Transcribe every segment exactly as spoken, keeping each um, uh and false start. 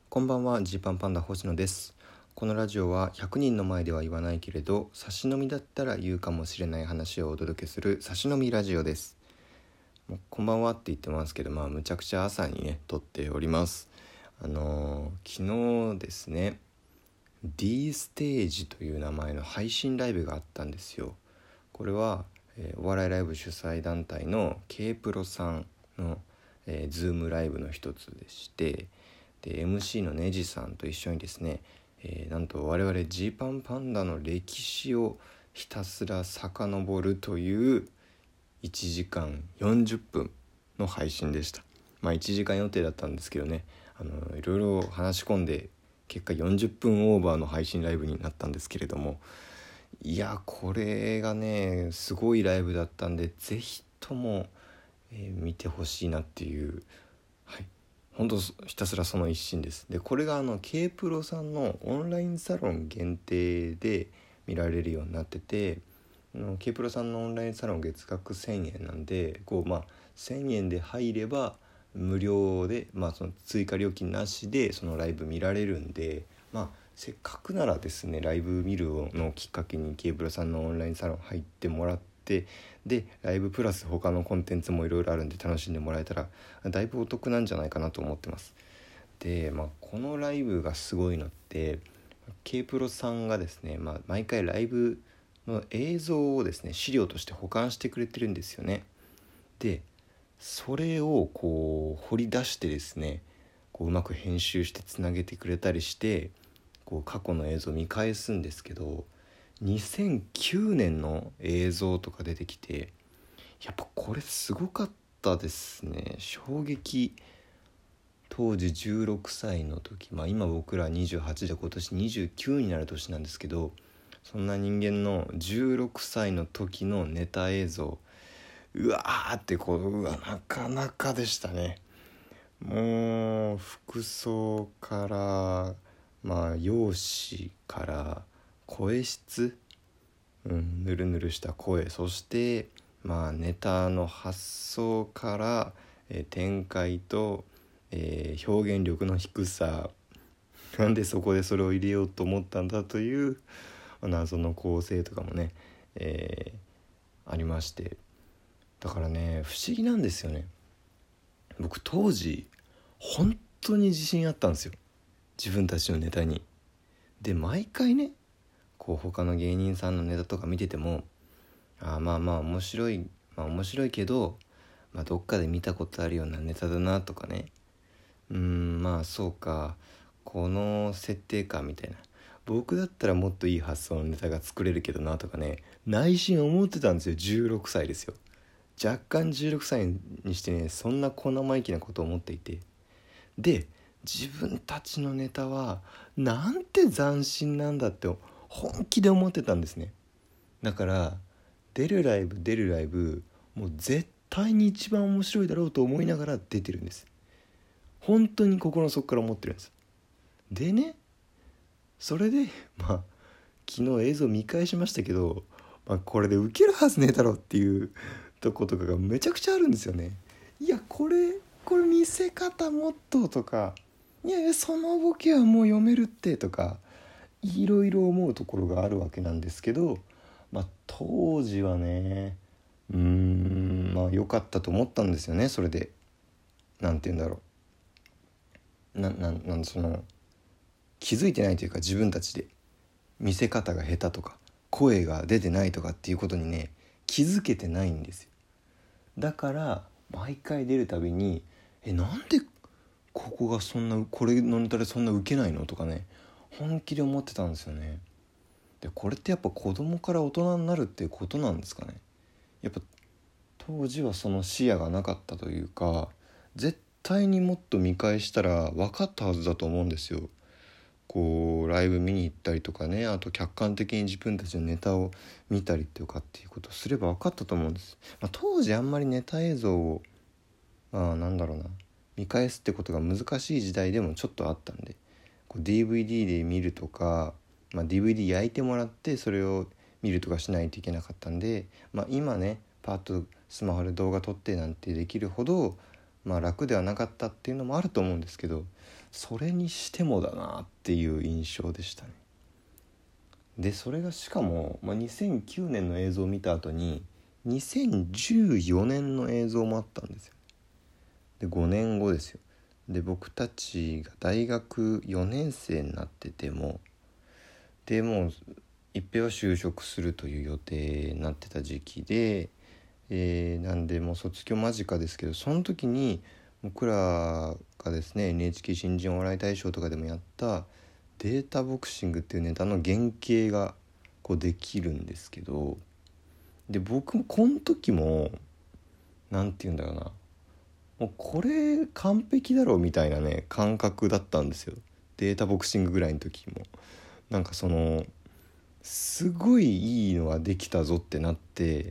こんばんは、ジーパンパンダ星野です。このラジオはひゃくにんの前では言わないけれど差し飲みだったら言うかもしれない話をお届けする差し飲みラジオです。もうこんばんはって言ってますけど、まあむちゃくちゃ朝にね撮っております。あのー、昨日ですね D ステージという名前の配信ライブがあったんですよ。これは、えー、お笑いライブ主催団体の K プロさんの、えー、ズームライブの一つでして、で エムシー のネジさんと一緒にですね、えー、なんと我々ジーパンパンダの歴史をひたすら遡るといういちじかんよんじゅっぷんの配信でした。まあいちじかん予定だったんですけどね、あのいろいろ話し込んで結果よんじゅっぷんオーバーの配信ライブになったんですけれども、いやこれがねすごいライブだったんで、ぜひとも、えー見てほしいなっていう、はい本当ひたすらその一心です。でこれがあの K プロさんのオンラインサロン限定で見られるようになってて、あの K プロさんのオンラインサロン月額せんえんなんで、こうまあせんえんで入れば無料で、まあその追加料金なしでそのライブ見られるんで、まあせっかくならですねライブ見るのをきっかけに K プロさんのオンラインサロン入ってもらって、でライブプラス他のコンテンツもいろいろあるんで楽しんでもらえたらだいぶお得なんじゃないかなと思ってます。で、まあ、このライブがすごいのって K プロさんがですね、まあ、毎回ライブの映像をですね資料として保管してくれてるんですよね。でそれをこう掘り出してですねこううまく編集してつなげてくれたりして、こう過去の映像を見返すんですけど、にせんきゅうねんの映像とか出てきて、やっぱこれすごかったですね。衝撃。当時じゅうろくさいの時、まあ今僕らにじゅうはちで今年にじゅうきゅうになる年なんですけど、そんな人間のじゅうろくさいの時のネタ映像、うわーってこう、うわなかなかでしたね。もう服装からまあ容姿から声質、うん、ぬるぬるした声、そしてまあネタの発想から、えー展開と、えー表現力の低さ、なんでそこでそれを入れようと思ったんだという謎の構成とかもね、えーありまして、だからね不思議なんですよね。僕当時本当に自信あったんですよ、自分たちのネタに。で毎回ねこう他の芸人さんのネタとか見てても、あーまあまあ面白い、まあ面白いけど、まあ、どっかで見たことあるようなネタだなとかね、うーんまあそうかこの設定かみたいな、僕だったらもっといい発想のネタが作れるけどなとかね、内心思ってたんですよ。じゅうろくさいですよ。若干じゅうろくさいにしてねそんな小生意気なことを思っていて、で自分たちのネタはなんて斬新なんだって本気で思ってたんですね。だから出るライブ出るライブもう絶対に一番面白いだろうと思いながら出てるんです。本当に心の底から思ってるんです。でねそれでまあ昨日映像見返しましたけど、まあ、これでウケるはずねえだろっていうとことかがめちゃくちゃあるんですよね。いやこれこれ見せ方もっととか、いやいやそのボケはもう読めるってとか、いろいろ思うところがあるわけなんですけど、まあ当時はねうーんまあ良かったと思ったんですよね。それでなんて言うんだろう、なななんその気づいてないというか、自分たちで見せ方が下手とか声が出てないとかっていうことにね気づけてないんですよ。だから毎回出るたびにえなんでここがそんなこれのネタでそんなウケないのとかね本気で思ってたんですよね。でこれってやっぱ子供から大人になるっていうことなんですかね。やっぱ当時はその視野がなかったというか、絶対にもっと見返したら分かったはずだと思うんですよ。こうライブ見に行ったりとかね、あと客観的に自分たちのネタを見たりとかっていうことをすれば分かったと思うんです。まあ、当時あんまりネタ映像をまあなんだろうな見返すってことが難しい時代でもちょっとあったんで、こう ディーブイディー で見るとか、まあ、ディーブイディー 焼いてもらってそれを見るとかしないといけなかったんで、まあ、今ねパッとスマホで動画撮ってなんてできるほどまあ楽ではなかったっていうのもあると思うんですけど、それにしてもだなっていう印象でしたね。でそれがしかも、まあ、にせんきゅうねんの映像を見た後ににせんじゅうよねんの映像もあったんですよ。でごねんごですよ。で僕たちが大学よねん生になっててもでもう一平は就職するという予定になってた時期で、えー、なんでもう卒業間近ですけど、その時に僕らがですね エヌエイチケー 新人お笑い大賞とかでもやったデータボクシングっていうネタの原型がこうできるんですけど、で僕もこの時もなんて言うんだろうな、もうこれ完璧だろうみたいなね感覚だったんですよ。データボクシングぐらいの時もなんかそのすごいいいのができたぞってなって、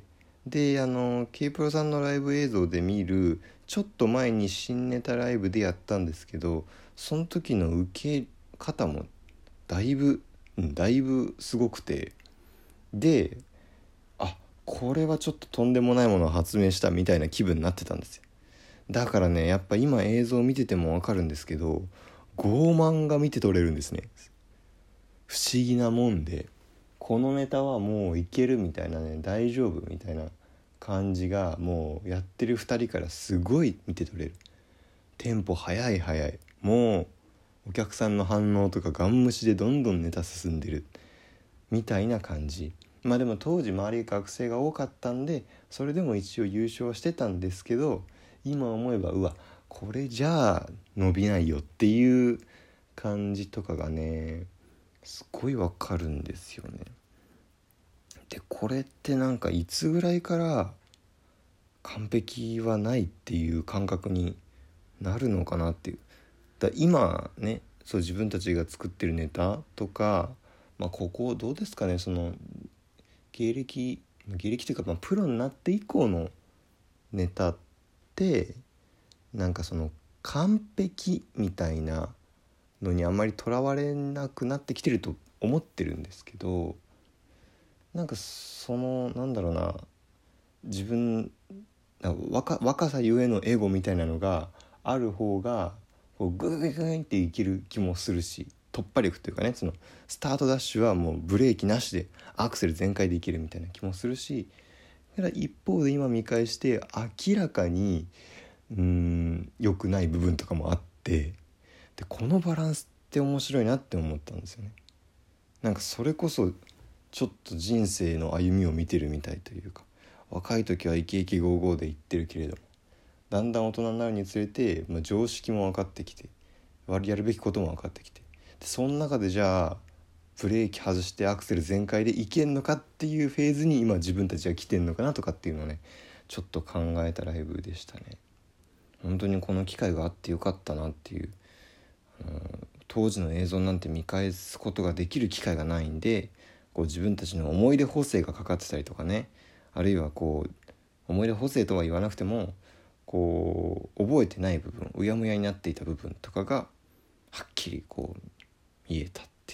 であの K プロさんのライブ映像で見るちょっと前に新ネタライブでやったんですけど、その時の受け方もだいぶ、うん、だいぶすごくて、であこれはちょっととんでもないものを発明したみたいな気分になってたんですよ。だからねやっぱ今映像を見てても分かるんですけど、傲慢が見て取れるんですね。不思議なもんでこのネタはもういけるみたいなね、大丈夫みたいな感じがもうやってるふたりからすごい見て取れる。テンポ速い速い、もうお客さんの反応とかガン無視でどんどんネタ進んでるみたいな感じ。まあでも当時周り学生が多かったんでそれでも一応優勝してたんですけど、今思えばうわこれじゃあ伸びないよっていう感じとかがねすごいわかるんですよね。でこれってなんかいつぐらいから完璧はないっていう感覚になるのかなっていう。だ今ねそう自分たちが作ってるネタとか、まあ、ここどうですかね、その芸歴芸歴というか、まあ、プロになって以降のネタってなんかその完璧みたいなのにあんまりとらわれなくなってきてると思ってるんですけど、なんかそのなんだろうな、自分なんか 若, 若さゆえのエゴみたいなのがある方がこうグイグイっていける気もするし、突破力というかね、そのスタートダッシュはもうブレーキなしでアクセル全開でいけるみたいな気もするし、だから一方で今見返して明らかにうーん良くない部分とかもあって、でこのバランスって面白いなって思ったんですよね。なんかそれこそちょっと人生の歩みを見てるみたいというか、若い時はイケイケゴーゴーで言ってるけれどもだんだん大人になるにつれて、まあ、常識も分かってきてやるべきことも分かってきて、でその中でじゃあブレーキ外してアクセル全開でいけんのかっていうフェーズに今自分たちは来てんのかなとかっていうのをねちょっと考えたライブでしたね。本当にこの機会があってよかったなっていう、あの当時の映像なんて見返すことができる機会がないんで、こう自分たちの思い出補正がかかってたりとかね、あるいはこう思い出補正とは言わなくてもこう覚えてない部分、うやむやになっていた部分とかがはっきりこう見えたっていう。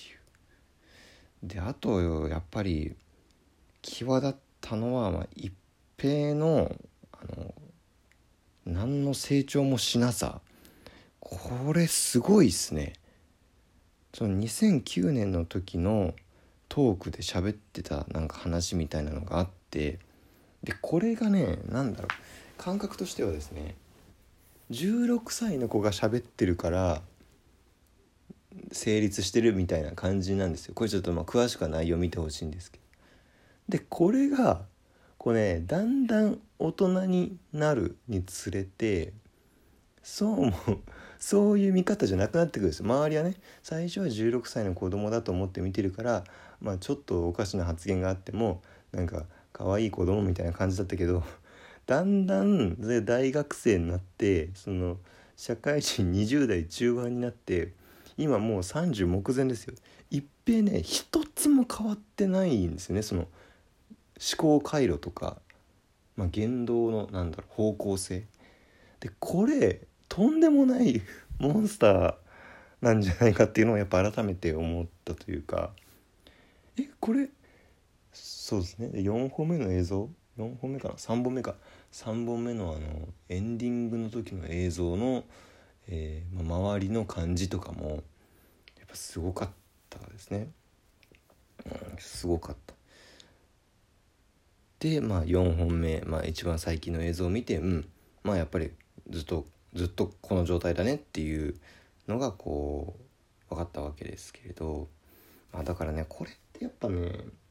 であとやっぱり際立ったのは、まあ、一平のあの何の成長もしなさ、これすごいっすね。そのにせんきゅうねんの時のトークで喋ってたなんか話みたいなのがあって、でこれがねなんだろう、感覚としてはですね、じゅうろくさいの子が喋ってるから成立してるみたいな感じなんですよ。これちょっとまあ詳しくは内容見てほしいんですけど、でこれがこうねだんだん大人になるにつれてそうもそういう見方じゃなくなってくるんです。周りはね最初はじゅうろくさいの子供だと思って見てるから、まあちょっとおかしな発言があってもなんか可愛い子供みたいな感じだったけど、だんだんで大学生になってその社会人にじゅう代中盤になって今もうさんじゅう目前ですよ。一平ね一つも変わってないんですよね。その思考回路とか、まあ、言動のなんだろう方向性で、これとんでもないモンスターなんじゃないかっていうのをやっぱ改めて思ったというか、えこれそうですねよんほんめの映像よんほんめかなさんぼんめかさんぼんめのあのエンディングの時の映像の、えーまあ、周りの感じとかもやっぱすごかったですね、うん、すごかった。でまあよんほんめ、まあ、一番最近の映像を見て、うんまあやっぱりずっとずっとこの状態だねっていうのがこう分かったわけですけれど、まあ、だからねこれってやっぱね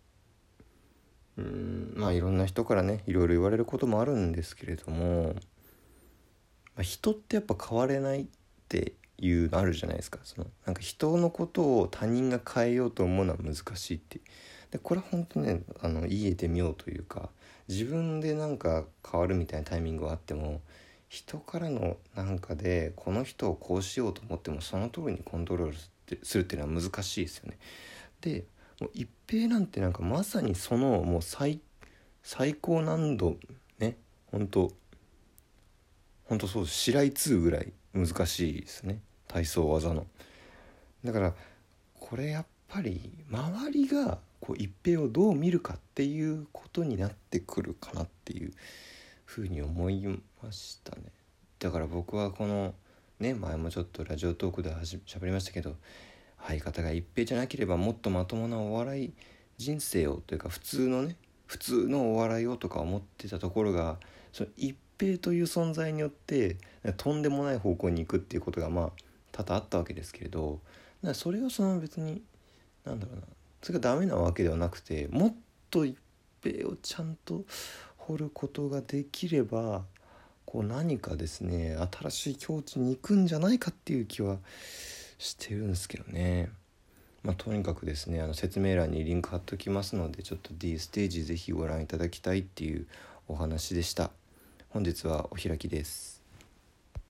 うんまあいろんな人からねいろいろ言われることもあるんですけれども、まあ、人ってやっぱ変われないっていうのあるじゃないですか。そのなんか人のことを他人が変えようと思うのは難しいって。でこれは本当ねあの言えてみようというか、自分でなんか変わるみたいなタイミングはあっても人からのなんかでこの人をこうしようと思ってもその通りにコントロールするっていうのは難しいですよね。でもう一平なんてなんかまさにそのもう最最高難度ね、本当本当そう白井にぐらい難しいですね、体操技の。だからこれやっぱり周りがこう一平をどう見るかっていうことになってくるかなっていうふうに思いましたね。だから僕はこのね前もちょっとラジオトークでしゃべりましたけど、相方が一平じゃなければもっとまともなお笑い人生をというか普通のね普通のお笑いをとか思ってたところが、その一平という存在によってとんでもない方向に行くっていうことがまあ多々あったわけですけれど、だからそれをその別になんだろうなそれがダメなわけではなくて、もっと一平をちゃんと掘ることができればこう何かですね新しい境地に行くんじゃないかっていう気はしてるんですけどね。まあ、とにかくですねあの説明欄にリンク貼っときますので、ちょっと D ステージぜひご覧いただきたいっていうお話でした。本日はお開きです。